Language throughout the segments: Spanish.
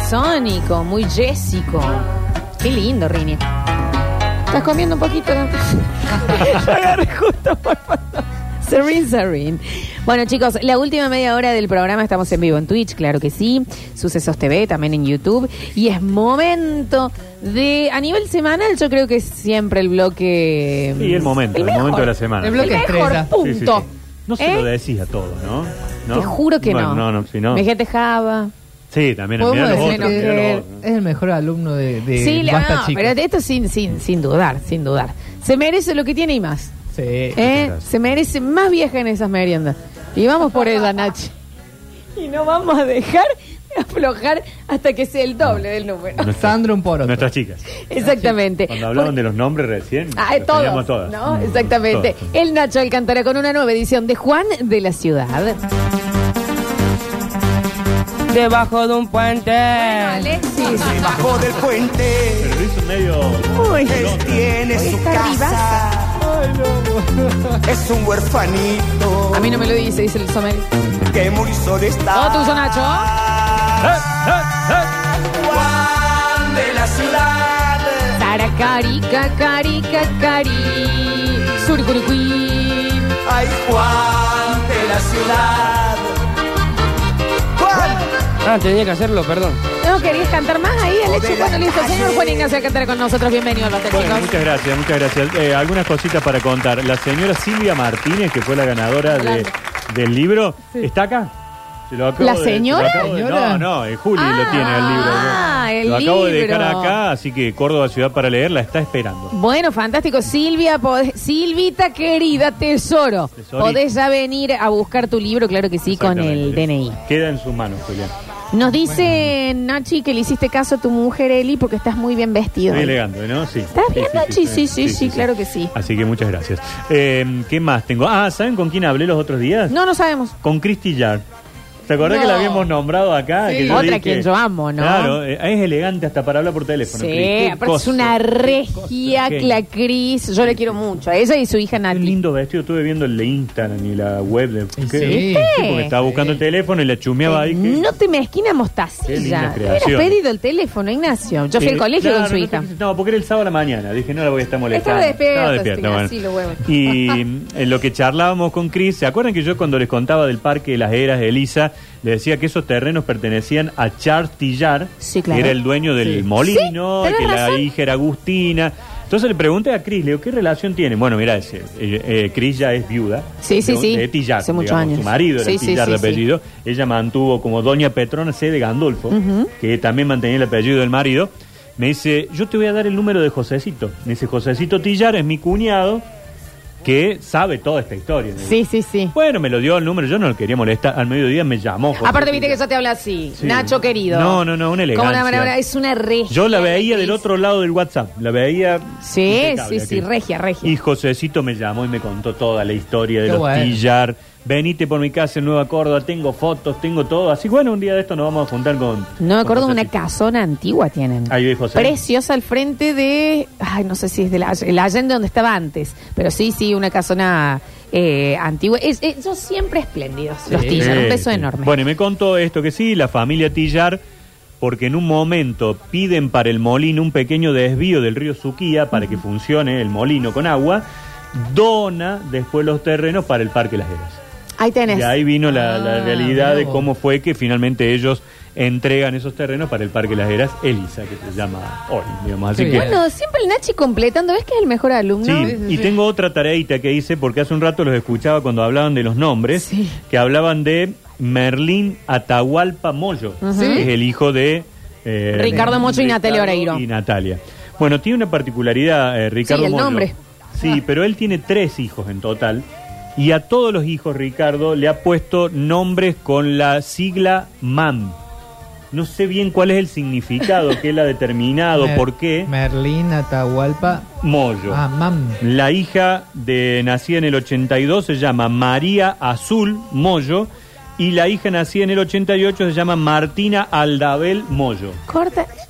babysónico, muy jésico. Qué lindo, Rini. ¿Estás comiendo un poquito? Yo agarré justo por favor. Serene. Bueno, chicos, la última media hora del programa estamos en vivo en Twitch, claro que sí. Sucesos TV, también en YouTube. Y es momento de, a nivel semanal, yo creo que es siempre el bloque... Sí, el momento de la semana. El bloque mejor, punto. Sí. No se lo decís a todos, ¿no? Te juro que no. No, si no. Me Java. Sí, también. Podemos decir que es el mejor alumno de sí, Basta Chicos. Pero de esto sin dudar. Se merece lo que tiene y más. Sí. Se merece más vieja en esas meriendas. Y vamos por ella, Nachi. Y no vamos a dejar de aflojar hasta que sea el doble del número. Sandro un poro. Nuestras chicas. Exactamente. Cuando hablaban de los nombres recién. Todos. ¿No? Exactamente. Todos. El Nacho Alcántara con una nueva edición de Juan de la Ciudad. Debajo de un puente. Bueno, Alexis. Debajo del puente. Pero lo hizo medio... Él tiene su casa. Es un huerfanito. A mí no me lo dice el Someri. Que muy solo está. ¿Oh, tú sos Nacho? Juan de la ciudad. Sara carica, cari. Suricuricuí. Ay, Juan de la ciudad. Juan. Tenía que hacerlo, perdón. ¿No querías cantar más ahí, Alexis? Bueno, listo. Señor Juan Ignacio Alcántara con nosotros. Bienvenido al Basta, Bueno, chicos. muchas gracias. Algunas cositas para contar. La señora Silvia Martínez, que fue la ganadora del libro, ¿está acá? Se lo acabo ¿La señora? No, Juli lo tiene el libro. El lo acabo de libro. dejar acá, así que Córdoba Ciudad para leer la está esperando. Bueno, fantástico. Silvita querida, tesoro. Podés ya venir a buscar tu libro, claro que sí, con el DNI. Queda en sus manos, Julián. Nos dice Nachi que le hiciste caso a tu mujer Eli porque estás muy bien vestido. Muy elegante, ¿no? Sí. ¿Estás bien, Nachi? Sí, claro que sí. Así que muchas gracias. ¿Qué más tengo? ¿Saben con quién hablé los otros días? No sabemos. Con Cristi Yard. ¿Te acordás que la habíamos nombrado acá? Sí. Que yo Otra dije, quien yo amo, ¿no? Claro, es elegante hasta para hablar por teléfono. Sí, aparte es una regia, la Cris. Yo le quiero mucho a ella y su hija Nati. Qué lindo vestido. Estuve viendo el de Instagram y la web de... Sí, porque estaba buscando el teléfono y la chumeaba ahí. No te mezquina mostacilla. Hubieras pedido el teléfono, Ignacio. Yo fui al colegio con su hija. No, porque era el sábado a la mañana. Dije, no la voy a estar molestando. Estaba despierta. Bueno. Así lo huevo. Y en lo que charlábamos con Cris, ¿se acuerdan que yo cuando les contaba del Parque de las Heras de Elisa, le decía que esos terrenos pertenecían a Charles Tillar, sí, claro, que era el dueño del molino, sí, que razón. la hija era Agustina? Entonces le pregunté a Cris, le digo, ¿qué relación tiene? Bueno, mira, Cris ya es viuda. Sí. De Tillar, hace muchos años. Su marido era Tillar de apellido. Sí. Ella mantuvo como doña Petrona C. de Gandolfo, que también mantenía el apellido del marido. Me dice, yo te voy a dar el número de Josecito. Me dice, Josecito Tillar es mi cuñado, que sabe toda esta historia. Sí. Bueno, me lo dio el número, yo no lo quería molestar. Al mediodía me llamó. Aparte, viste que yo te hablo así. Sí. Nacho querido. No, una elegancia. Es una regia. Yo la veía del otro lado del WhatsApp. La veía. Sí, regia. Y Josecito me llamó y me contó toda la historia de los Tillar. Venite por mi casa en Nueva Córdoba, tengo fotos, tengo todo. Así bueno, un día de esto nos vamos a juntar con... No me acuerdo, una casona antigua tienen. Ahí ve José. Preciosa al frente de... Ay, no sé si es de el Allende donde estaba antes. Pero sí, una casona antigua. Son siempre espléndidos, los Tillar. Un beso enorme. Bueno, y me contó esto que sí, la familia Tillar, porque en un momento piden para el molino un pequeño desvío del río Suquía para que funcione el molino con agua, dona después los terrenos para el Parque Las Heras. Ahí tenés. Y ahí vino la realidad de cómo fue que finalmente ellos entregan esos terrenos para el Parque Las Heras, Elisa, que se llama hoy, digamos. Así que, bueno, siempre el Nachi completando, ¿ves que es el mejor alumno? Sí, y tengo otra tareita que hice, porque hace un rato los escuchaba cuando hablaban de los nombres, que hablaban de Merlín Atahualpa Moyo, que es el hijo de... Ricardo Moyo y Natalia Oreiro. Y Natalia. Bueno, tiene una particularidad, Ricardo Moyo. Sí, el nombre. Sí, pero él tiene 3 hijos en total. Y a todos los hijos, Ricardo, le ha puesto nombres con la sigla MAM. No sé bien cuál es el significado que él ha determinado, por qué. Merlín Atahualpa Moyo. MAM. La hija nacida en el 82 se llama María Azul Moyo. Y la hija nacida en el 88 se llama Martina Aldabel Moyo. Corta. ¿Cómo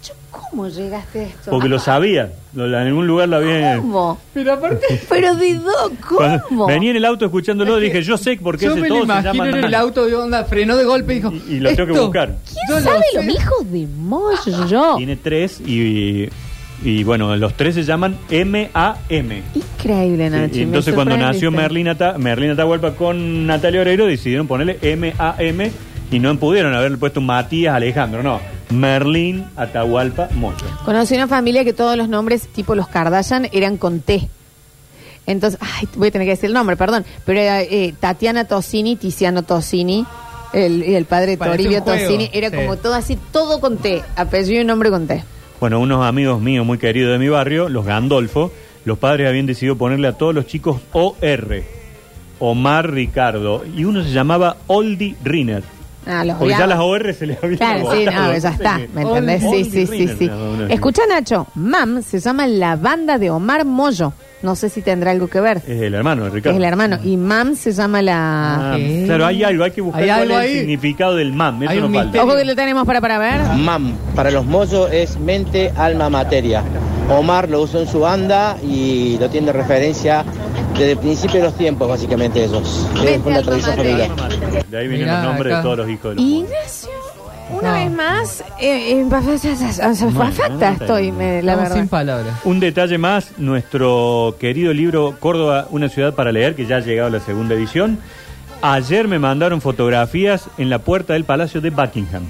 ¿Cómo llegaste a esto? Porque lo sabía. En algún lugar lo había... ¿Cómo? Pero aparte, Pero de dos, Cuando ¿cómo? venía en el auto escuchándolo, dije, yo sé por qué yo ese me lo todo se imagino llama... en el auto de onda, frenó de golpe y dijo... Y lo tengo que "Esto, buscar". ¿Quién yo sabe lo los sé". hijos de Moyo? Tiene 3 y bueno, los 3 se llaman M-A-M. Increíble, Nacho. Y entonces cuando nació Merlín Atahualpa con Natalia Oreiro decidieron ponerle M-A-M y no pudieron haberle puesto Matías Alejandro, no. Merlín Atahualpa Moyo. Conocí una familia que todos los nombres, tipo los Kardashian, eran con T. Entonces, voy a tener que decir el nombre, perdón. Pero era Tatiana Tosini, Tiziano Tosini, el padre de Parece Toribio un juego, Tosini. Era sí. como todo así, todo con T. Apellido y nombre con T. Bueno, unos amigos míos muy queridos de mi barrio, los Gandolfo, los padres habían decidido ponerle a todos los chicos O-R. Omar Ricardo. Y uno se llamaba Oldie Riner. Los Porque ya odiaba. las OR se les había Claro, sí, agotado. no, ya está, ¿me entendés? Oldie Sí. Riner. No. Escucha, Nacho, MAM se llama la banda de Omar Moyo. No sé si tendrá algo que ver. Es el hermano de Ricardo. Es el hermano. Y MAM se llama la... Ah, ¿Qué? claro, hay algo, hay que buscar Hay cuál algo es el ahí. significado del MAM. Eso Hay no un falta. misterio. Ojo que lo tenemos para ver. MAM, para los Moyo es mente, alma, materia. Omar lo usó en su banda y lo tiene de referencia desde el principio de los tiempos, básicamente ellos. Mente, Es una alma, tradición materia. familiar. De ahí vienen Mirá, los nombres acá. de todos los hijos de los Ignacio, una No. vez más, Bueno, facta estoy, la Estamos verdad. sin palabras. Un detalle más, nuestro querido libro Córdoba, una ciudad para leer, que ya ha llegado a la segunda edición. Ayer me mandaron fotografías en la puerta del Palacio de Buckingham.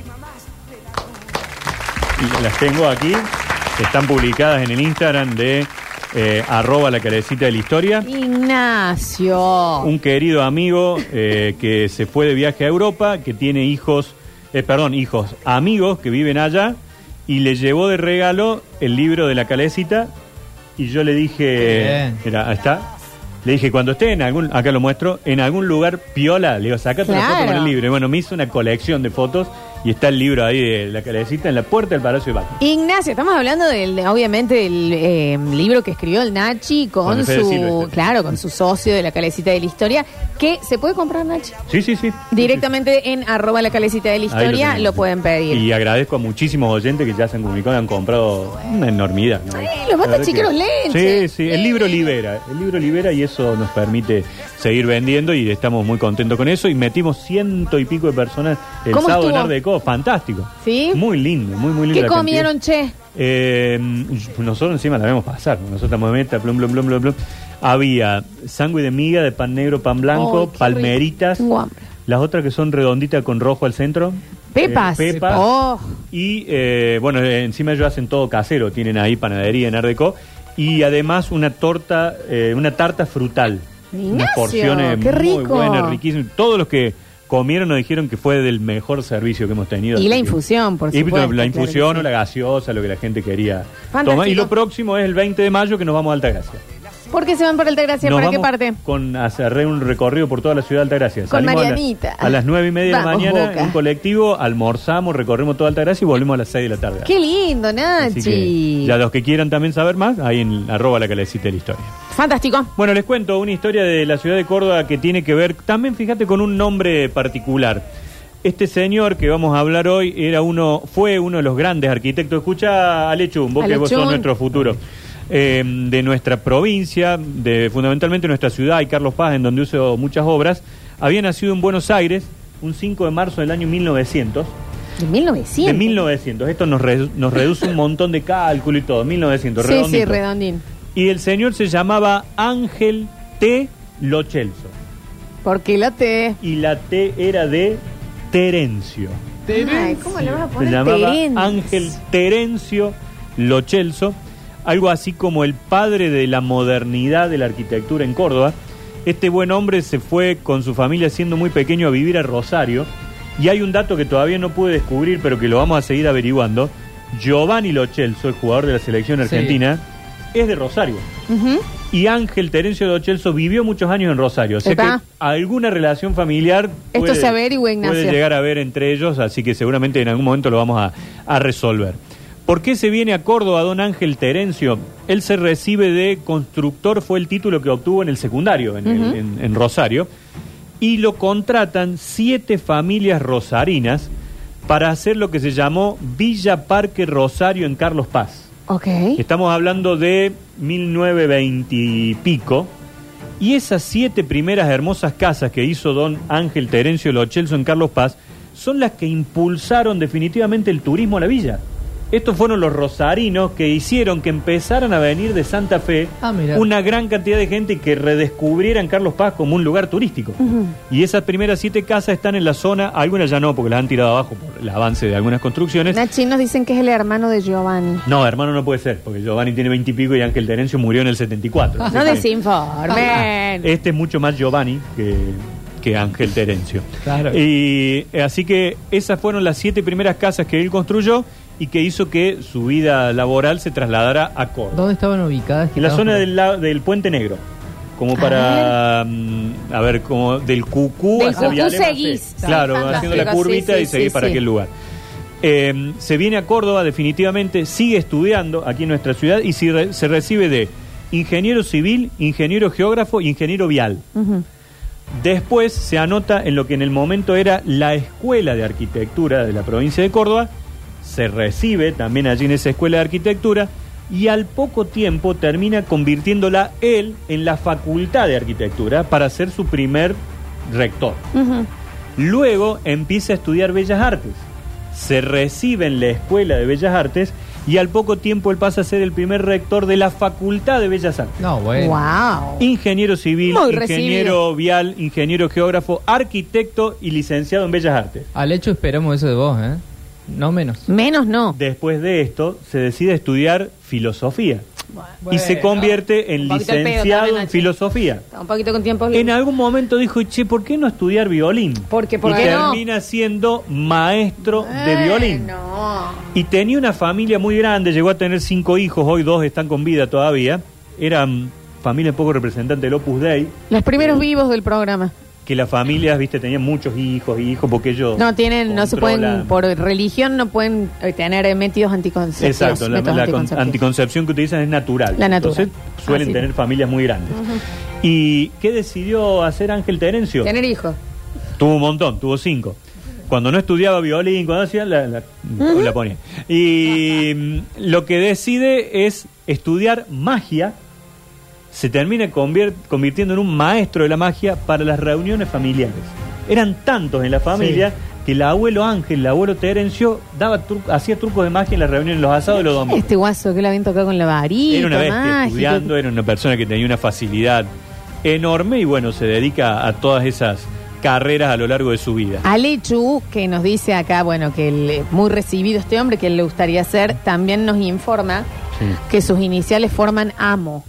Y las tengo aquí, están publicadas en el Instagram de @la carecita de la historia. Ignacio. Un querido amigo que se fue de viaje a Europa, que tiene hijos, amigos que viven allá, y le llevó de regalo el libro de la Calecita, y yo le dije, Bien. mira, ahí está, le dije, cuando esté en algún, acá lo muestro, en algún lugar piola, le digo, sacate una foto Claro. con el libro. Y bueno, me hizo una colección de fotos, y está el libro ahí de la Calecita en la puerta del Palacio de Buckingham. Ignacio, estamos hablando obviamente del libro que escribió el Nachi Con con el Fede su, Silvestre. claro, con su socio de la Calecita de la Historia, que se puede comprar, Nachi, Sí. directamente en @la Calecita de la Ahí Historia, tenemos. lo pueden pedir. Y agradezco a muchísimos oyentes que ya se han comunicado y han comprado una enormidad, ¿no? Los La Basta verdad Chiqueros que- leen. Sí, el libro libera y eso nos permite seguir vendiendo y estamos muy contentos con eso. Y metimos 100 y pico de personas el ¿Cómo sábado en estuvo? Ardeco, fantástico. ¿Sí? Muy lindo, muy lindo. ¿Qué la cantidad. comieron, che? Nosotros encima la vemos pasar, nosotros estamos en meta, plum. Había sándwich de miga, de pan negro, pan blanco, Oh, qué palmeritas. rico. Tengo hambre. Las otras que son redonditas con rojo al centro. Pepas. Pepas. Oh. Y bueno, encima ellos hacen todo casero, tienen ahí panadería en Ardeco. Y además una tarta frutal. Ignacio, Unas porciones qué muy rico. buenas, riquísimas. Todos los que comieron nos dijeron que fue del mejor servicio que hemos tenido. Y así la que- infusión, por y supuesto. la infusión claro que o la gaseosa, lo que la gente quería Fantástico. tomar. Y lo próximo es el 20 de mayo que nos vamos a Altagracia. sí. ¿Por qué se van por Altagracia? Nos ¿Para qué vamos parte? a hacer un recorrido por toda la ciudad de Altagracia. Con Salimos Marianita. a las 9:30 de la Vamos, mañana Boca. en colectivo, almorzamos, recorremos toda Altagracia y volvemos a las 6 de la tarde. Qué lindo, Así Nachi. que ya los que quieran también saber más, ahí en @la calecita de la historia. Fantástico. Bueno, les cuento una historia de la ciudad de Córdoba que tiene que ver, también fíjate, con un nombre particular. Este señor que vamos a hablar hoy fue uno de los grandes arquitectos. Escucha, Alechun, vos que vos sos Alechun. nuestro futuro. De nuestra provincia, fundamentalmente nuestra ciudad y Carlos Paz, en donde hizo muchas obras. Había nacido en Buenos Aires un 5 de marzo del año 1900. De 1900. De 1900. Esto nos reduce un montón de cálculo y todo. 1900, Sí, redondito. sí, redondín. Y el señor se llamaba Ángel T. Lochelso. Porque la T. Y la T era de Terencio. Ay, ¿cómo le vas a Se poner llamaba Terencio? Ángel Terencio Lochelso, algo así como el padre de la modernidad de la arquitectura en Córdoba. Este buen hombre se fue con su familia siendo muy pequeño a vivir a Rosario. Y hay un dato que todavía no pude descubrir, pero que lo vamos a seguir averiguando. Giovanni Lochelso, el jugador de la selección argentina, es de Rosario. Ujú. Y Ángel Terencio Lochelso vivió muchos años en Rosario. O sea Epa. que alguna relación familiar Esto se averigua, Ignacio. puede llegar a ver entre ellos, así que seguramente en algún momento lo vamos a resolver. ¿Por qué se viene a Córdoba don Ángel Terencio? Él se recibe de constructor, fue el título que obtuvo en el secundario, en Rosario, y lo contratan 7 familias rosarinas para hacer lo que se llamó Villa Parque Rosario en Carlos Paz. Ok. Estamos hablando de 1920 y pico. Y esas 7 primeras hermosas casas que hizo don Ángel Terencio Lo Celso en Carlos Paz son las que impulsaron definitivamente el turismo a la villa. Estos fueron los rosarinos que hicieron que empezaran a venir de Santa Fe una gran cantidad de gente y que redescubrieran Carlos Paz como un lugar turístico. Y esas primeras 7 casas están en la zona, algunas ya no, porque las han tirado abajo por el avance de algunas construcciones. Nachi, nos dicen que es el hermano de Giovanni. No, hermano no puede ser, porque Giovanni tiene 20 y pico y Ángel Terencio murió en el 74. No desinformen. Este es mucho más Giovanni que Ángel Terencio. Claro. Y así que esas fueron las 7 primeras casas que él construyó y que hizo que su vida laboral se trasladara a Córdoba. ¿Dónde estaban ubicadas? En la zona del Puente Negro. Como para, a ver, como del Cucú Del hacia Cucú Vialema, seguís. sí. Claro, Fantástico, haciendo la curvita sí, y seguís sí, para sí. aquel lugar. Se viene a Córdoba definitivamente, sigue estudiando aquí en nuestra ciudad y se recibe de ingeniero civil, ingeniero geógrafo y ingeniero vial. Después se anota en lo que en el momento era la Escuela de Arquitectura de la provincia de Córdoba, se recibe también allí en esa Escuela de Arquitectura y al poco tiempo termina convirtiéndola él en la Facultad de Arquitectura para ser su primer rector. Luego empieza a estudiar Bellas Artes, se recibe en la Escuela de Bellas Artes y al poco tiempo él pasa a ser el primer rector de la Facultad de Bellas Artes. No, bueno. Wow. Ingeniero civil, Muy ingeniero recibido. vial, ingeniero geógrafo, arquitecto y licenciado en Bellas Artes. Al hecho esperamos eso de vos, ¿eh? No menos. Menos no. Después de esto, se decide estudiar filosofía y se convierte en Un poquito el pedo licenciado también, en Nachi. filosofía. Está un poquito con tiempo. En algún momento dijo, che, ¿por qué no estudiar violín? ¿Por qué y no? termina siendo maestro de violín. No. Y tenía una familia muy grande, llegó a tener 5 hijos, hoy 2 están con vida todavía. Eran familia poco representante del Opus Dei, Los primeros vivos del programa. que las familias, viste, tenían muchos hijos, porque ellos No tienen, no se pueden, controlan. por religión no pueden tener métodos anticonceptivos. Exacto, la métodos anticonceptivos. anticoncepción que utilizan es natural. La natural. Entonces suelen Así. tener familias muy grandes. ¿Y qué decidió hacer Ángel Terencio? Tener hijos. Tuvo un montón, tuvo 5. Cuando no estudiaba violín, cuando hacía, la ponía. Y lo que decide es estudiar magia. Se termina convirtiendo en un maestro de la magia para las reuniones familiares. Eran tantos en la familia que el abuelo Ángel, el abuelo Terencio, hacía trucos de magia en las reuniones, los asados de los domingos. Este guaso que la habían tocado con la varita. Era una bestia mágico. estudiando, era una persona que tenía una facilidad enorme y bueno, se dedica a todas esas carreras a lo largo de su vida. Alechu, que nos dice acá, bueno, que muy recibido este hombre, que él le gustaría ser, también nos informa Sí. que sus iniciales forman AMO.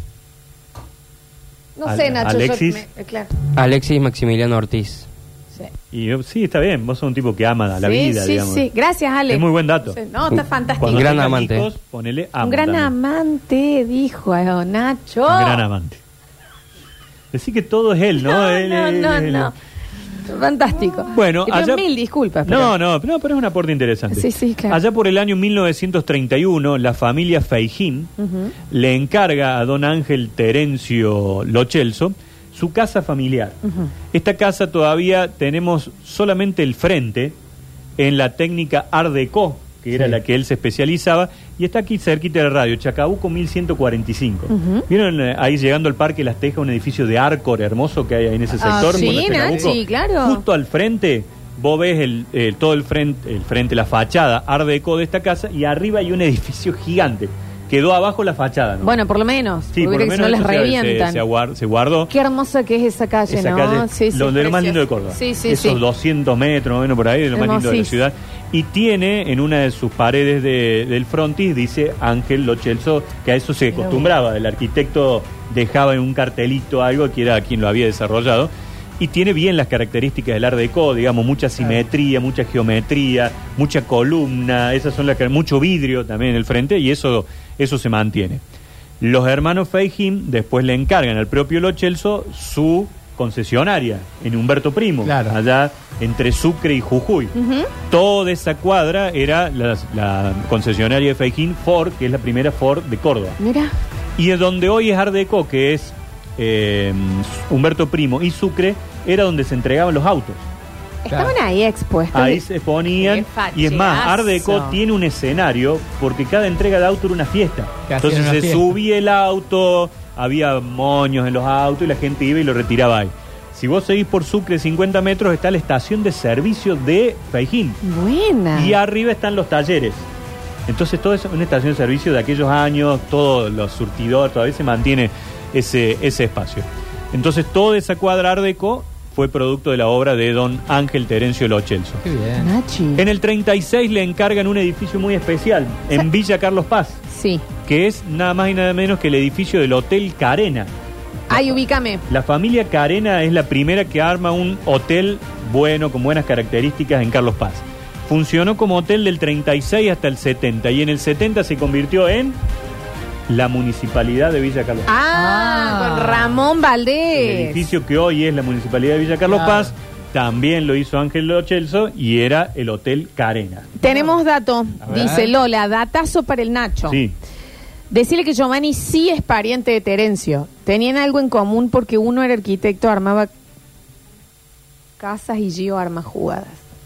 No sé, Nacho. Alexis. Claro. Alexis Maximiliano Ortiz. Sí. Y sí, está bien, vos sos un tipo que ama la Sí, vida, sí, digamos. sí. Gracias, Ale. Es muy buen dato. Sí. No, está fantástico. Cuando gran tengas amante. hijos, ponele amo Un gran también. amante, dijo Nacho. Un gran amante. Decir que todo es él, ¿no? No, Él- no, él- no. Fantástico. Bueno, Te pido allá- mil disculpas. No, pero es un aporte interesante. Sí, sí, claro. Allá por el año 1931, la familia Feijín le encarga a don Ángel Terencio Lo Celso su casa familiar. Esta casa todavía tenemos solamente el frente en la técnica Art Deco, que era la que él se especializaba, y está aquí cerquita de la radio, Chacabuco 1145. ¿Vieron ahí llegando al Parque Las Tejas, un edificio de Arcor hermoso que hay ahí en ese sector? sí, Bueno, Chacabuco, Nachi, claro. Justo al frente, vos ves todo el frente, la fachada Art Deco de esta casa, y arriba hay un edificio gigante. Quedó abajo la fachada, ¿no? Bueno, por lo menos. sí, por lo porque si no menos les eso revientan. se guardó. Qué hermosa que es esa calle, Esa ¿no? calle, Sí, sí, lo de lo más preciosa. lindo de Córdoba. Sí, sí, Esos sí. 200 metros más o menos por ahí, de lo más lindo de la Hermosísimo. ciudad. Y tiene en una de sus paredes del frontis, dice Ángel Lo Celso, que a eso se acostumbraba. El arquitecto dejaba en un cartelito algo que era quien lo había desarrollado. Y tiene bien las características del Art Deco, digamos, mucha simetría, mucha geometría, mucha columna, esas son mucho vidrio también en el frente, y eso se mantiene. Los hermanos Feijín después le encargan al propio Lo Celso su concesionaria en Humberto Primo, Claro. allá entre Sucre y Jujuy. Toda esa cuadra era la concesionaria de Feijín Ford, que es la primera Ford de Córdoba. Mira. Y de donde hoy es Art Deco, que es Humberto Primo y Sucre, era donde se entregaban los autos. Estaban ahí expuestos. Ahí se ponían. Qué Y es más, facheazo. Art Deco tiene un escenario porque cada entrega de auto era una fiesta. Que hacían Entonces una se fiesta. subía el auto, había moños en los autos y la gente iba y lo retiraba ahí. Si vos seguís por Sucre 50 metros está la estación de servicio de Feijín. Buena. Y arriba están los talleres. Entonces todo eso es una estación de servicio de aquellos años, todos los surtidores, todavía se mantiene ese espacio. Entonces toda esa cuadra Art Deco fue producto de la obra de don Ángel Terencio Lo Celso. Qué bien. Nachi. En el 36 le encargan un edificio muy especial en Villa Carlos Paz, Sí. que es nada más y nada menos que el edificio del Hotel Carena. Ay, ubícame. La familia Carena es la primera que arma un hotel bueno, con buenas características en Carlos Paz. Funcionó como hotel del 36 hasta el 70 y en el 70 se convirtió en la municipalidad de Villa Carlos Paz. Con Ramón Valdés. El edificio que hoy es la municipalidad de Villa Carlos Claro. Paz también lo hizo Ángel Lo Celso y era el Hotel Carena. Tenemos dato. A ver. Dice Lola, datazo para el Nacho. Sí. Decirle que Giovanni sí es pariente de Terencio. Tenían algo en común porque uno era arquitecto, armaba casas y Gio arma jugadas.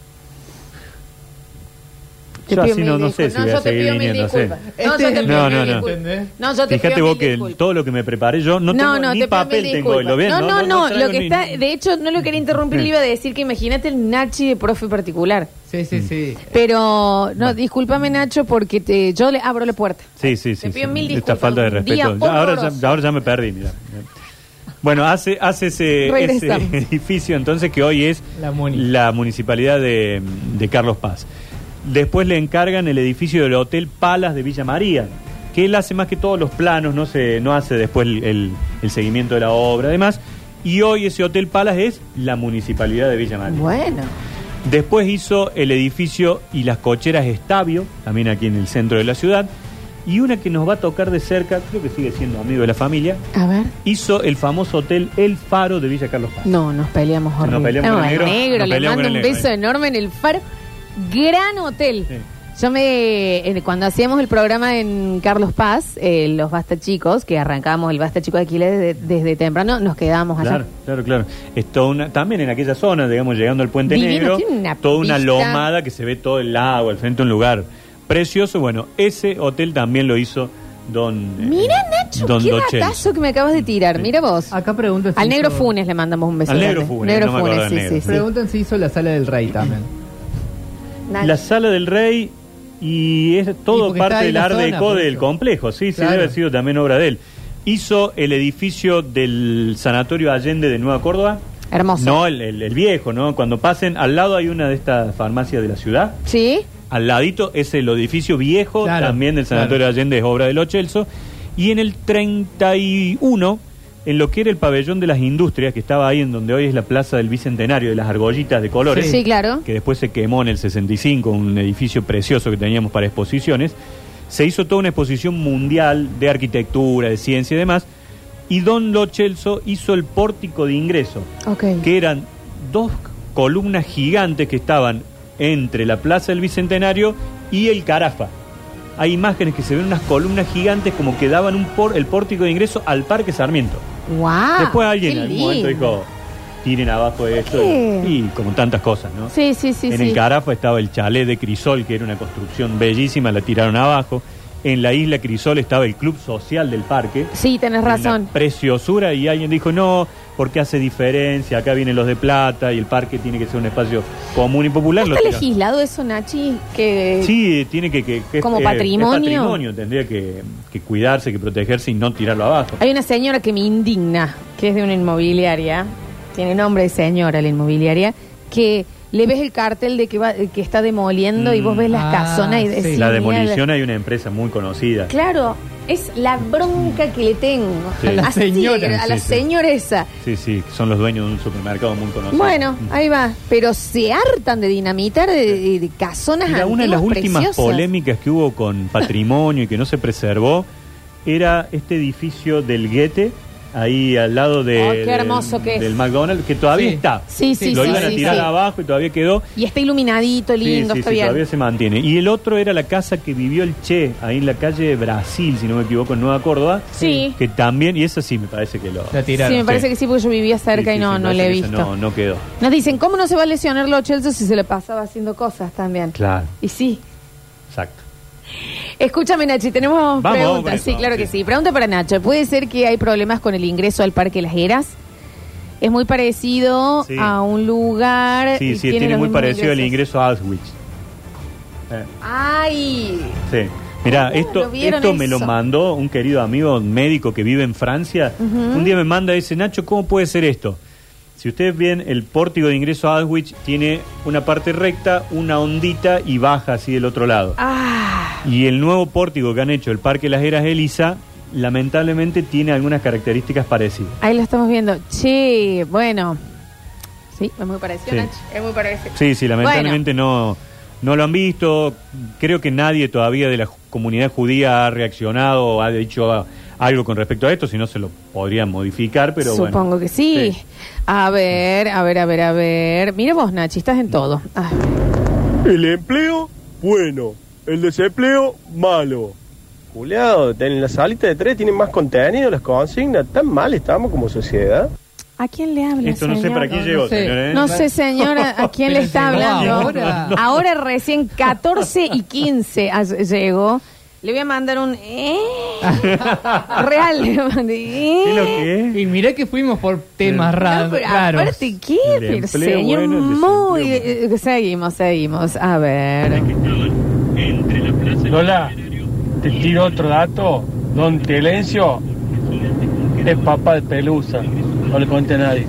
Yo así no sé si voy a seguir viniendo. No, yo te pido No, mil no, no. disculpas. No, yo te Fíjate pido vos mil que disculpas. todo lo que me preparé yo no tengo ni te pido papel mil tengo hoy, ¿lo ven? disculpas. No, traigo lo que ni- está, de hecho, no lo quería interrumpir, le iba a decir que imagínate el Nachi de profe particular. Sí, sí, sí. Pero, no, discúlpame Nacho, porque yo le abro la puerta. Sí, sí, Te sí. pido sí. mil Esta disculpas. falta de Un día respeto. horroroso. Ahora ya me perdí, mira. Bueno, hace ese Regresamos. edificio entonces que hoy es La Muni. la municipalidad de Carlos Paz. Después le encargan el edificio del Hotel Palas de Villa María, que él hace más que todos los planos, no hace después el seguimiento de la obra, además. Y hoy ese Hotel Palas es la municipalidad de Villa María. Bueno. Después hizo el edificio y las cocheras Estavio, también aquí en el centro de la ciudad. Y una que nos va a tocar de cerca, creo que sigue siendo amigo de la familia, A ver. hizo el famoso hotel El Faro de Villa Carlos Paz. No, nos peleamos horrible. Nos peleamos con el negro. Nos le peleamos mando con un el negro, beso enorme en el Faro. Gran hotel. Sí. Yo cuando hacíamos el programa en Carlos Paz, los Basta Chicos, que arrancábamos el Basta Chico de Aquiles desde temprano, nos quedábamos allá. Claro. Es toda también en aquella zona, digamos, llegando al Puente Divino, Negro, tiene una toda una vista. lomada que se ve todo el lago, al frente de un lugar precioso. Bueno, ese hotel también lo hizo don Mira, Nacho, don qué Lo datazo Celso. que me acabas de tirar. Mira vos. Acá preguntan si Al Negro hizo- Funes le mandamos un beso. Al Negro grande. Funes, Negro no me acuerdo Funes, del sí, Negro. sí, sí. Preguntan si hizo la sala del rey también. Nacho. La Sala del Rey y es todo porque está parte ahí del la Art zona, Deco por del eso. complejo. Sí, Claro. debe haber sido también obra de él. Hizo el edificio del Sanatorio Allende de Nueva Córdoba. Hermoso. No, el viejo, ¿no? Cuando pasen, al lado hay una de estas farmacias de la ciudad. ¿Sí? Al ladito es el edificio viejo, Claro, también del Sanatorio claro. Allende, es obra de Lo Celso. Y en el 31, en lo que era el pabellón de las industrias, que estaba ahí en donde hoy es la Plaza del Bicentenario, de las argollitas de colores, Sí, claro. que después se quemó en el 65, un edificio precioso que teníamos para exposiciones, se hizo toda una exposición mundial de arquitectura, de ciencia y demás, y don Lo Celso hizo el pórtico de ingreso, Ok. que eran dos columnas gigantes que estaban entre la Plaza del Bicentenario y el Carafa. Hay imágenes que se ven unas columnas gigantes como que daban el pórtico de ingreso al Parque Sarmiento. ¡Wow! Después alguien qué en algún momento lindo. dijo, tiren abajo esto, ¿Qué? y como tantas cosas, ¿no? Sí, sí, sí. En sí. el Carafa estaba el chalet de Crisol, que era una construcción bellísima, la tiraron abajo. En la isla Crisol estaba el club social del parque. Sí, tenés Una razón. preciosura, y alguien dijo, no, porque hace diferencia, acá vienen los de plata y el parque tiene que ser un espacio común y popular. ¿No Lo está tiraron. legislado eso, Nachi? Que Sí, tiene que ¿Como es patrimonio? patrimonio, tendría que cuidarse, que protegerse y no tirarlo abajo. Hay una señora que me indigna, que es de una inmobiliaria, tiene nombre de señora la inmobiliaria, que le ves el cartel de que está demoliendo y vos ves las casonas y sí. decís, La mira, demolición hay una empresa muy conocida. Claro, es la bronca que le tengo. Sí. A la Así, señora. a la Sí, sí. señora esa. Sí, sí, son los dueños de un supermercado muy conocido. Bueno, ahí va. Pero se hartan de dinamitar de casonas Mira, antiguas una de las últimas preciosas. polémicas que hubo con patrimonio y que no se preservó era este edificio del Goethe ahí al lado de, qué hermoso que es. del McDonald's, que todavía Sí. está. Sí, Lo sí, iban a sí, tirar sí. abajo y todavía quedó. Y está iluminadito, lindo, Sí, está bien. todavía se mantiene. Y el otro era la casa que vivió el Che, ahí en la calle Brasil, si no me equivoco, en Nueva Córdoba. Sí. Que también, y eso sí me parece que lo... La tiraron. Sí, me parece que sí, porque yo vivía cerca Sí, y sí, no, sí, me no le he parece que visto. esa no quedó. Nos dicen, ¿cómo no se va a lesionar los Chelsea si se le pasaba haciendo cosas también? Claro, Y sí. exacto. Escúchame, Nachi, tenemos Vamos por preguntas. eso, Sí, claro que sí. sí. Pregunta para Nacho. ¿Puede ser que hay problemas con el ingreso al Parque Las Heras? Es muy parecido Sí. a un lugar... Sí, y sí, tiene los muy mismos parecido al ingresos. ingreso a Auschwitz. ¡Ay! Sí. Mirá, ¿Cómo lo vieron esto me lo eso? mandó un querido amigo médico que vive en Francia. Un día me manda y dice, Nacho, ¿cómo puede ser esto? Si ustedes ven, el pórtico de ingreso a Auschwitz tiene una parte recta, una ondita y baja así del otro lado. ¡Ah! Y el nuevo pórtico que han hecho, el Parque Las Heras Elisa, lamentablemente tiene algunas características parecidas. Ahí lo estamos viendo. Che, bueno. Sí, es muy parecido, Sí. Nacho. Es muy parecido. Sí, lamentablemente no lo han visto. Creo que nadie todavía de la comunidad judía ha reaccionado o ha dicho algo con respecto a esto, si no se lo podrían modificar, pero bueno. Supongo que sí. A ver. Mira vos, Nachi, estás en todo. Ah. El empleo, bueno. El desempleo, malo. Juliado, en la salita de 3 tienen más contenido, las consignas. ¿Tan mal estamos como sociedad? ¿A quién le habla, Esto no sé señor? para quién No, llegó, no sé. señora. ¿eh? No sé, señora, ¿a quién le Pero está llegó hablando? ahora. Ahora recién 14:15 llegó. Le voy a mandar un... Real. Le mandé, ¿Qué es lo que es? Y mirá que fuimos por temas No, raros. pero aparte, ¿qué? El Pero, empleo señor, bueno, el muy... desempleo Seguimos. A ver. Lola, te tiro otro dato. Don Telencio es papá de Pelusa. No le conté a nadie.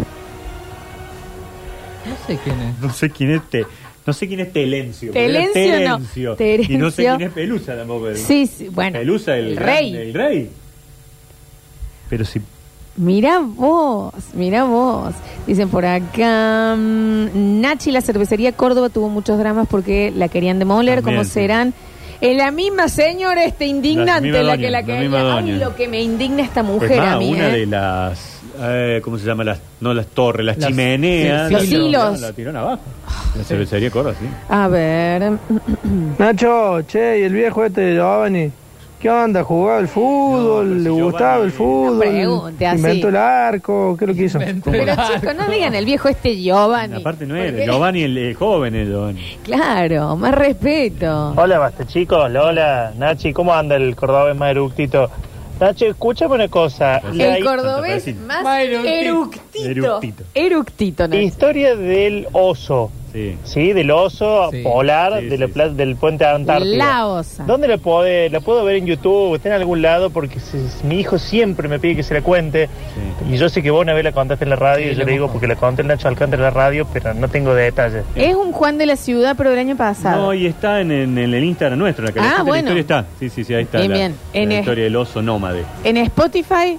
No sé quién es. No sé quién es no sé quién es Telencio. Telencio no. Y no sé Telencio. quién es Pelusa tampoco. Sí, bueno. Pelusa, el rey. El rey. Pero si... Mira vos. Dicen por acá, Nachi, la cervecería Córdoba tuvo muchos dramas porque la querían demoler. También, ¿Cómo sí. serán? Es la misma señora indignante misma la doña, que la la quería. misma Ay, doña. lo que me indigna esta Pues mujer más, a mí, una de las... ¿cómo se llama? No las torres, las Las- chimeneas. sí, los hilos. La tiraron abajo. La cervecería Córdoba, sí. A ver. Nacho, che, y el viejo este de Giovanni, ¿qué onda? ¿Jugaba el fútbol? No, pero ¿Le si gustaba Giovanni- el fútbol? No pregunte así. ¿Inventó el arco? ¿Qué es lo que hizo? Pero chicos, no digan el viejo este Giovanni. Aparte no Porque- era. Giovanni, el joven es Giovanni. Claro, más respeto. Hola, basta chicos, Lola, Nachi, ¿cómo anda el cordobés más eructito? Nachi, escúchame una cosa. La El cordobés Santa más Más eructito. eructito. Nachi. historia del oso, Sí. ¿sí? Del oso Sí. polar Sí, de la sí, plaza del puente Antártida. La osa. ¿Dónde la puedo ver en YouTube? ¿Está en algún lado? Porque mi hijo siempre me pide que se la cuente. Y yo sé que vos una vez la contaste en la radio, Sí, y yo lo le digo hemos porque la conté en Nacho Alcántara en la radio, pero no tengo detalles. Es un Juan de la ciudad, pero del año pasado. No, y está en el Instagram nuestro. La calidad de bueno. la historia está. Sí, ahí está. Bien, la, bien. la En el- historia del oso nómade. En Spotify.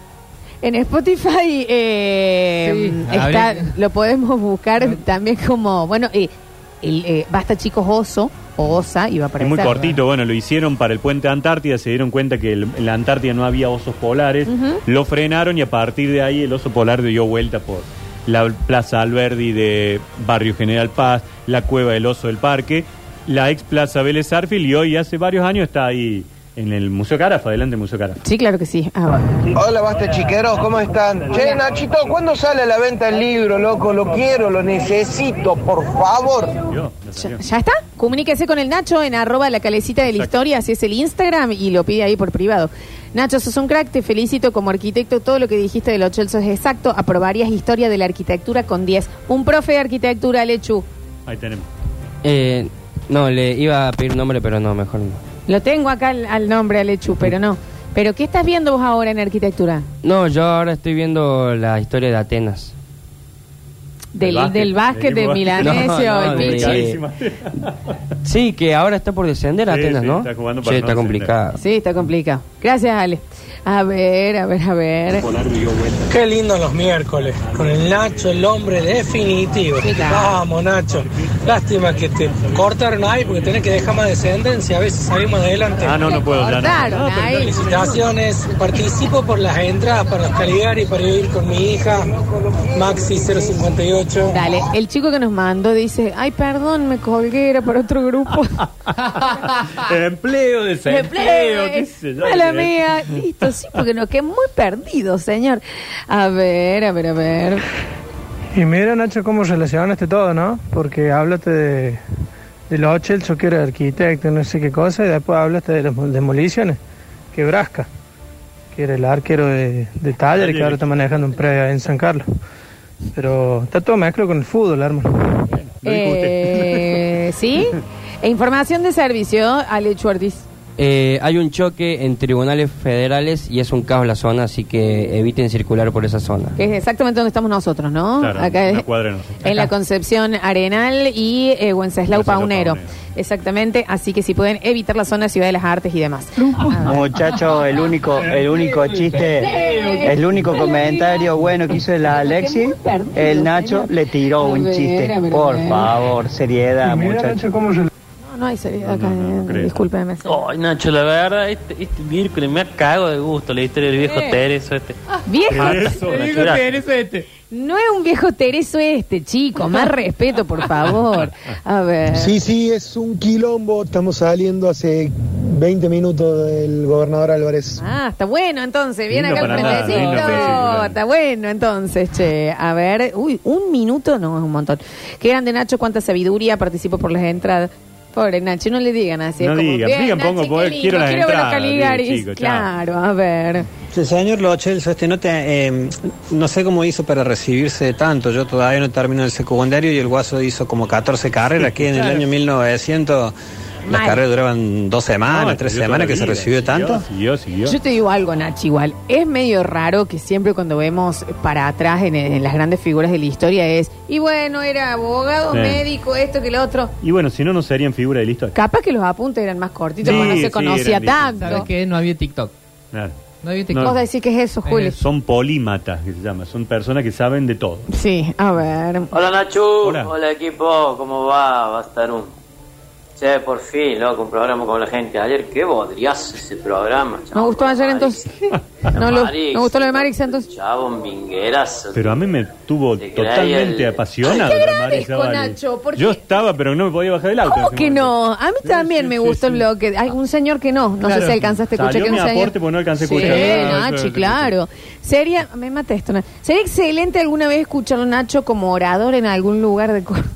Sí, Está, habría- lo podemos buscar también como, bueno, Basta Chicos Oso, o Osa, iba a Es aparecer. muy cortito, bueno, lo hicieron para el puente Antártida, se dieron cuenta que en la Antártida no había osos polares, lo frenaron y a partir de ahí el oso polar dio vuelta por la Plaza Alberdi de Barrio General Paz, la Cueva del Oso del Parque, la ex Plaza Vélez Sarsfield y hoy hace varios años está ahí en el Museo Carafa, delante del Museo Carafa. Sí, claro que sí. Ah, bueno. Hola, basta chiqueros, ¿cómo están? Che, Nachito, ¿cuándo sale a la venta el libro, loco? Lo quiero, lo necesito, por favor. ¿Vio? No salió. ¿Ya está? Comuníquese con el Nacho en @la calecita de la Exacto. historia, así es el Instagram y lo pide ahí por privado. Nacho, sos un crack, te felicito como arquitecto, todo lo que dijiste de los Chelsea es exacto, aprobarías historia de la arquitectura con 10. Un profe de arquitectura, Lechu. Ahí tenemos. No, le iba a pedir nombre, pero no, mejor no. Lo tengo acá al nombre, a Lechu, pero no. ¿Pero qué estás viendo vos ahora en arquitectura? No, yo ahora estoy viendo la historia de Atenas. Del básquet de equipo Milanesio, No, el de- Pichi. Carísima. Sí, que ahora está por descender Sí, Atenas, sí, ¿no? está jugando para Sí, no está descender. complicado. Sí, está complicado. Gracias, Ale. A ver. Qué lindo los miércoles, con el Nacho, el hombre definitivo. Sí, claro. Vamos, Nacho. Lástima que te cortaron ahí porque tenés que dejar más descendencia. A veces salimos adelante. Ah, no puedo ya. Cortaron ahí. Felicitaciones. Participo por las entradas para los Caligari para ir con mi hija Maxi 058. Dale, el chico que nos mandó dice, ay, perdón, me colgué, era para otro grupo. Empleo, desempleo, qué sé yo. Mala mía. Listo, sí, porque nos quedé muy perdido, señor. A ver. Y mira, Nacho, cómo relacionaste todo, ¿no? Porque hablaste de los Chelso, que era arquitecto, no sé qué cosa, y después hablaste de las demoliciones, que Brasca, que era el arquero de Talleres, que ahora está manejando un predio en San Carlos. Pero está todo mezclado con el fútbol, hermano. ¿Sí? E información de servicio, Alex Ortiz. Hay un choque en tribunales federales y es un caos la zona, así que eviten circular por esa zona. Que es exactamente donde estamos nosotros, ¿no? Claro, acá una cuadra de nosotros. en la Concepción Arenal y Wenceslao Paunero. Exactamente, así que si pueden evitar la zona Ciudad de las Artes y demás. Muchachos, el único chiste, el único comentario bueno que hizo la Alexi, el Nacho le tiró un chiste. Por favor, seriedad, muchachos. No hay seriedad acá, discúlpeme. Ay, Nacho, la verdad, este miércoles me cago de gusto la historia del viejo Tereso este. ¿Viejo? El viejo Tereso este. No es un viejo Tereso chico, más respeto, por favor. A ver. Sí, es un quilombo, estamos saliendo hace 20 minutos del gobernador Álvarez. Ah, está bueno entonces, viene acá el nada, frentecito. Está bueno entonces, che. A ver, un minuto no es un montón. Qué grande, Nacho, cuánta sabiduría, participo por las entradas. Pobre Nacho, no le digan así. No digan, Nachi, pongo, porque quiero las ver entradas. los Caligaris. Chico, claro, a ver. El señor Lo Celso, no sé cómo hizo para recibirse de tanto. Yo todavía no termino el secundario y el Guaso hizo como 14 carreras, que en el año 1900 las carreras duraban 2 semanas, 3 semanas, que se recibió de tanto. Siguió. Yo te digo algo, Nachi, igual. Es medio raro que siempre cuando vemos para atrás en las grandes figuras de la historia y bueno, era abogado, médico, esto que lo otro. Y bueno, si no serían figuras de la historia. Capaz que los apuntes eran más cortitos, porque no se conocía tanto. ¿Sabes qué? No había TikTok. Claro. No había TikTok. ¿Vos decís qué es eso, Julio? Son polímatas, que se llama. Son personas que saben de todo. Sí, a ver. Hola Nacho, Hola. hola equipo, ¿cómo va? Va a estar Che, por fin, loco, un programa con la gente. Ayer, qué bodriazo ese programa. Me gustó ayer entonces. Me gustó lo de Marix entonces. Chabón, vingueras. Pero a mí me tuvo totalmente apasionado. Ay, te la Marisa agradezco, Valle. Nacho, porque- Yo estaba, pero no me podía bajar del auto. ¿Cómo en ese que momento. no? A mí también me gustó el bloque. Hay un señor que no sé si alcanzaste a escuchar Salió que un mi señor. aporte porque no alcancé a Sí, escuchar. Nachi, claro. Sería, me mata esto. Sería excelente alguna vez escucharlo, Nacho, como orador en algún lugar de Córdoba.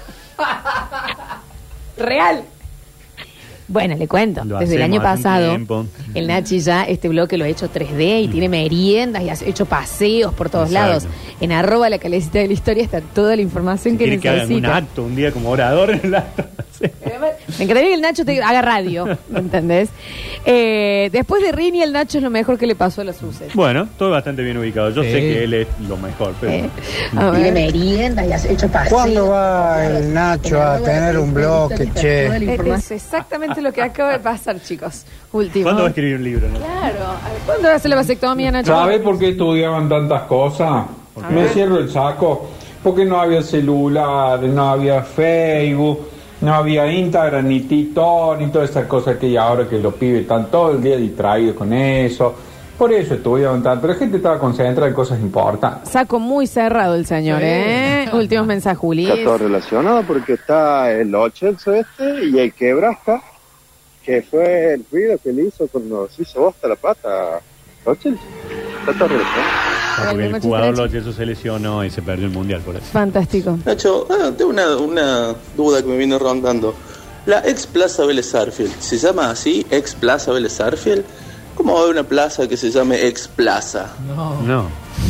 Real. Bueno, le cuento. Lo Desde el año hacemos hace un pasado, tiempo. el Nachi ya este bloque lo ha hecho 3D y tiene meriendas y ha hecho paseos por todos Exacto. lados. En @la calecita de la historia está toda la información que Quiere que hagan un necesita. acto un día como orador en el acto. Me encantaría que el Nacho te haga radio, ¿me entendés? Después de Rini, el Nacho es lo mejor que le pasó a la sucesión. Bueno, todo bastante bien ubicado. Yo Sí. sé que él es lo mejor, pero... A ver. Tiene merienda y has hecho paseos. ¿Cuándo va el Nacho a tener un bloque, che? Es exactamente lo que acaba de pasar, chicos. Último. ¿Cuándo va a escribir un libro? No? Claro. A ver, ¿cuándo va a hacer la vasectomía, Nacho? ¿Sabes por qué estudiaban tantas cosas? Me cierro el saco. Porque no había celular, no había Facebook, no había Instagram, ni TikTok, ni todas esas cosas que hay ahora, que los pibes están todo el día distraídos con eso. Por eso estudiaban tanto. La gente estaba concentrada en cosas importantes. Saco muy cerrado el señor, ¿eh? Últimos mensajes, Juli. Está todo relacionado porque está el Ochelso y el Quebrasca, que fue el ruido que le hizo cuando se hizo bosta la pata a Ochelso. Está todo relacionado. Porque el jugador Lo Celso se lesionó y se perdió el mundial por eso. Fantástico. Nacho, tengo una duda que me viene rondando. La ex Plaza Vélez Sarsfield, ¿se llama así? ¿Ex Plaza Vélez Sarsfield? ¿Cómo va a haber una plaza que se llame ex Plaza? No.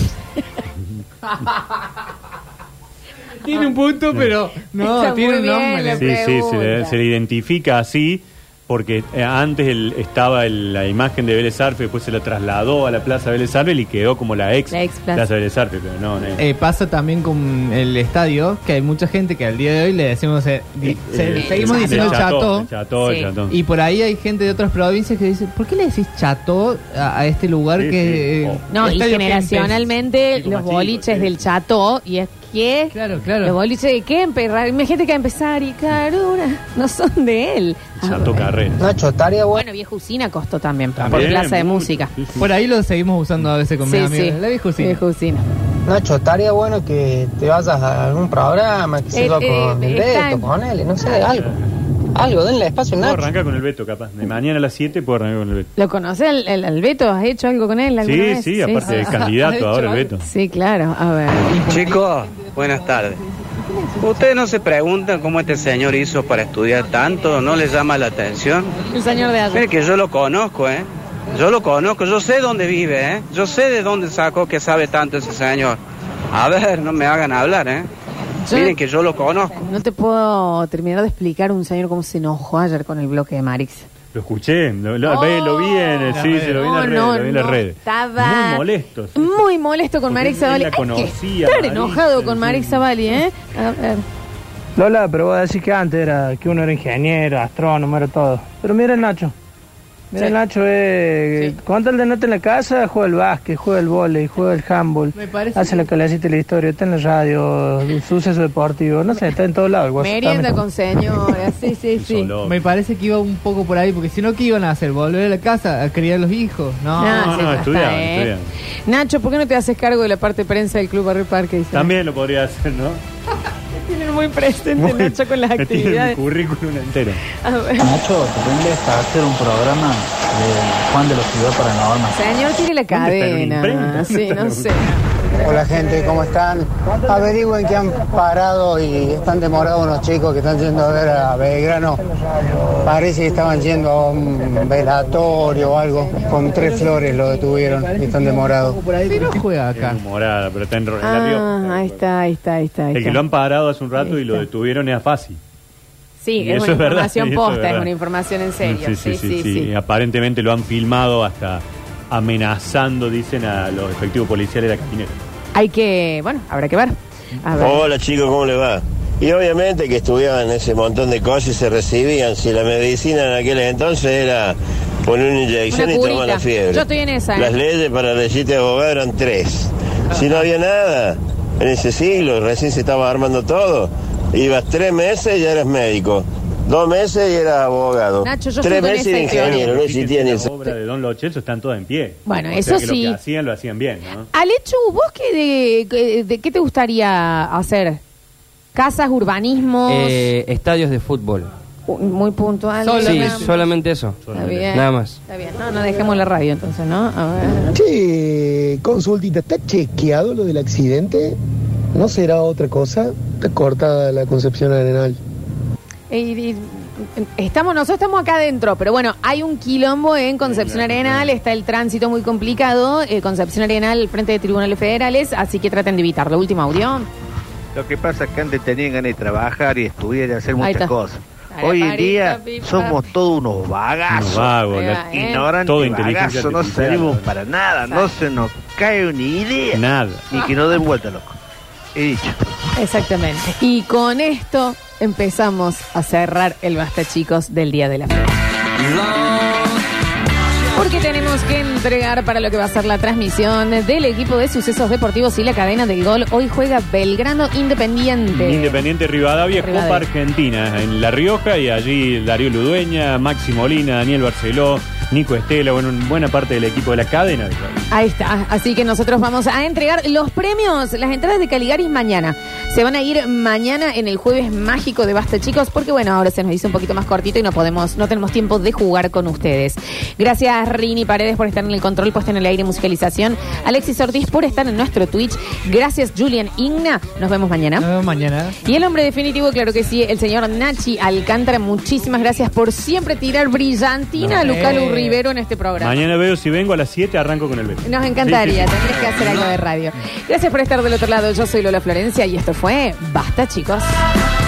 Tiene un punto, pero no, Está tiene muy un bien nombre. la Sí, se le identifica así porque antes estaba la imagen de Vélez Sarsfield, después se la trasladó a la Plaza Vélez Sarsfield y quedó como la ex Plaza Vélez Sarsfield, pero no. Pasa también con el estadio, que hay mucha gente que al día de hoy le decimos, seguimos diciendo el Chato. Sí. Y por ahí hay gente de otras provincias que dice, ¿por qué le decís Chato a este lugar Sí, que... sí. No, y estadio que generacionalmente Chico los más chico, boliches sí. del Chato, y es pie. Claro, claro. Los boliches de Kempe, imagínate que va a empezar y claro, no son de él. Chato Carrera. Nacho, estaría bueno. Bueno, Vieja Usina costó también, por También, plaza de mucho, música. sí, sí. Por ahí lo seguimos usando a veces con mis Sí, amigos. La Vieja Usina. Vieja Usina. Nacho, estaría bueno que te vayas a algún programa, que se con el está Beto, en- ponele, no sé, algo. Algo, denle espacio a Puedo Nacho. arrancar con el Beto, capaz. De mañana a las 7 puedo arrancar con el Beto. ¿Lo conoces al Beto? ¿Has hecho algo con él alguna Sí, vez? sí, aparte de candidato ahora el Beto. Sí, claro. A ver. Chicos, buenas tardes. ¿Ustedes no se preguntan cómo este señor hizo para estudiar tanto? ¿No les llama la atención? El señor de allá. Mire que yo lo conozco, ¿eh? Yo lo conozco, yo sé dónde vive, ¿eh? Yo sé de dónde sacó que sabe tanto ese señor. A ver, no me hagan hablar, ¿eh? Miren que yo lo conozco. No te puedo terminar de explicar un señor cómo se enojó ayer con el bloque de Marix. Lo escuché, lo vi en, sí, se lo vi en las redes, lo vi en las redes. Estaba Muy molesto. sí. muy molesto con Marix él Zavalli. la Hay que conocía, estar Marix, enojado con sí. Marix Zavalli, ¿eh? A ver. Lola, pero vos decís que antes era que uno era ingeniero, astrónomo, era todo. Pero mira el Nacho. Mira Sí. el Nacho, con tal de no estar en la casa, juega el básquet, juega el vóley, juega el handball, Me parece hace la clasita de la historia, está en la radio, el suceso deportivo, no sé, está en todos lados. el guaso, Merienda está con señora, sí. Me parece que iba un poco por ahí, porque si no, ¿qué iban a hacer? ¿Volver a la casa a criar los hijos? No. No, ya estudiaban, está, estudiaban. Nacho, ¿por qué no te haces cargo de la parte de prensa del Club Barrio Parque? Dice. También lo podría hacer, ¿no? Tienen muy presente Nacho con las Tiene mi actividades. currículum entero. A ver. Nacho, te tendrías que hacer un programa de Juan de los Ciudad Paranormal. Señor, tire la está en una cadena. imprenta? Sí, no sé. Hola gente, ¿cómo están? Averigüen que han parado y están demorados unos chicos que están yendo a ver a Belgrano. Parece que estaban yendo a un velatorio o algo. Con 3 flores lo detuvieron y están demorados. Pero juega acá. Es morada, pero está en La Rioja. Ah, ahí está. El que lo han parado hace un rato y lo detuvieron es fácil. Sí, Y es eso una es verdad, información sí, eso es posta, es verdad. una información en serio. Sí. Y aparentemente lo han filmado hasta amenazando, dicen, a los efectivos policiales de la caminera. Hay que, bueno, habrá que ver. A ver. Hola chicos, ¿cómo le va? Y obviamente que estudiaban ese montón de cosas y se recibían. Si la medicina en aquel entonces era poner una inyección Una y curita. tomar la fiebre. Yo estoy en esa, ¿eh? Las leyes para elegirte abogado eran 3. Si no había nada en ese siglo, recién se estaba armando todo, ibas 3 meses y ya eras médico. 2 meses y eras abogado. Nacho, yo 3 estoy con meses y esa ingeniero, no existía ni Las eso. obras de Don Lochelso están todas en pie. Bueno, O sea eso que sí. Lo que hacían, lo hacían bien, ¿no? Alechu, ¿vos de qué te gustaría hacer? ¿Casas, urbanismos? Estadios de fútbol. Muy puntual. Sí, digamos. solamente eso. Está bien. Nada más. Está bien. No dejemos la radio entonces, ¿no? A ver. Che, consultita, ¿está chequeado lo del accidente? ¿No será otra cosa? Está cortada la Concepción Arenal. Nosotros estamos acá adentro, pero bueno, hay un quilombo en Concepción Arenal, está el tránsito muy complicado, Concepción Arenal frente de tribunales federales, así que traten de evitarlo. Último audio. Lo que pasa es que antes tenían ganas de trabajar y estudiar y hacer Ahí muchas está. cosas. Dale, Hoy en parita, día pipa. somos todos unos vagazos. Unos vagos, Ahí va, ignorantes, todo inteligencia vagazos, no artificial. servimos para nada, no se nos cae ni idea. Nada. Ni que nos den vuelta, loco. He dicho. Exactamente. Y con esto empezamos a cerrar el Basta, chicos, del día de la fecha. Porque tenemos que entregar para lo que va a ser la transmisión del equipo de sucesos deportivos y la cadena del gol. Hoy juega Belgrano Independiente. Independiente Rivadavia, Rivadavia. Copa Argentina, en La Rioja, y allí Darío Ludueña, Maxi Molina, Daniel Barceló, Nico Estela, bueno, buena parte del equipo de la cadena del gol. Ahí está, así que nosotros vamos a entregar los premios, las entradas de Caligaris mañana. Se van a ir mañana en el jueves mágico de Basta, chicos, porque bueno, ahora se nos hizo un poquito más cortito y no tenemos tiempo de jugar con ustedes. Gracias Rini Paredes por estar en el control, puesta en el aire y musicalización. Alexis Ortiz por estar en nuestro Twitch. Gracias Julian Igna, nos vemos mañana. Nos vemos mañana. Y el hombre definitivo, claro que sí, el señor Nachi Alcántara, muchísimas gracias por siempre tirar brillantina a Lucalo Rivero en este programa. Mañana veo si vengo a las 7, arranco con el beso. Nos encantaría, Sí, sí, sí. tendrías que hacer algo de radio. Gracias por estar del otro lado, yo soy Lola Florencia y esto fue Basta, chicos.